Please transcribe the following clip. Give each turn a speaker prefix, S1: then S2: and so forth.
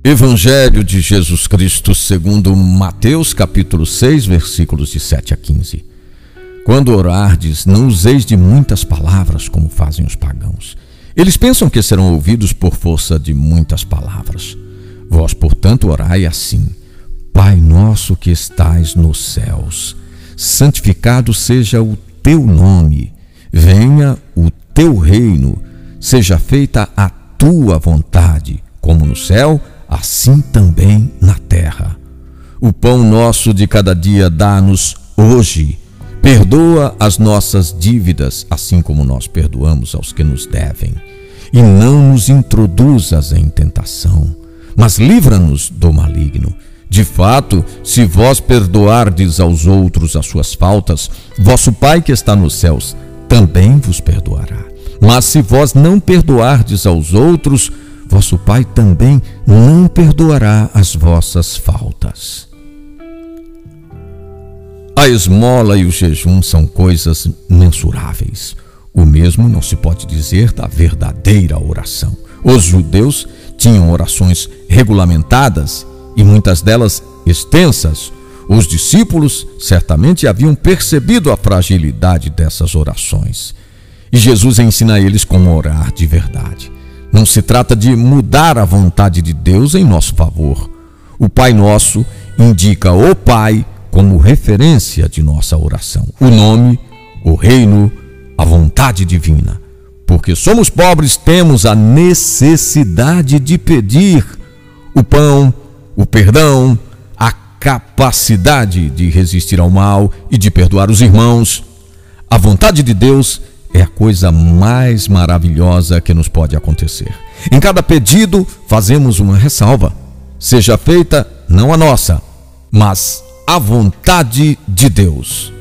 S1: Evangelho de Jesus Cristo segundo Mateus capítulo 6, versículos de 7 a 15. Quando orardes, não useis de muitas palavras como fazem os pagãos. Eles pensam que serão ouvidos por força de muitas palavras. Vós, portanto, orai assim: Pai nosso que estais nos céus, santificado seja o teu nome, venha o teu reino, seja feita a tua vontade, como no céu, assim também na terra. O pão nosso de cada dia dá-nos hoje. Perdoa as nossas dívidas, assim como nós perdoamos aos que nos devem. E não nos introduzas em tentação, mas livra-nos do maligno. De fato, se vós perdoardes aos outros as suas faltas, vosso Pai que está nos céus também vos perdoará. Mas se vós não perdoardes aos outros, vosso Pai também não perdoará as vossas faltas. A esmola e o jejum são coisas mensuráveis. O mesmo não se pode dizer da verdadeira oração. Os judeus tinham orações regulamentadas e muitas delas extensas. Os discípulos certamente haviam percebido a fragilidade dessas orações. E Jesus ensina a eles como orar de verdade. Não se trata de mudar a vontade de Deus em nosso favor. O Pai Nosso indica o Pai como referência de nossa oração. O nome, o reino, a vontade divina. Porque somos pobres, temos a necessidade de pedir o pão, o perdão, a capacidade de resistir ao mal e de perdoar os irmãos. A vontade de Deus é a coisa mais maravilhosa que nos pode acontecer. Em cada pedido, fazemos uma ressalva. Seja feita não a nossa, mas a vontade de Deus.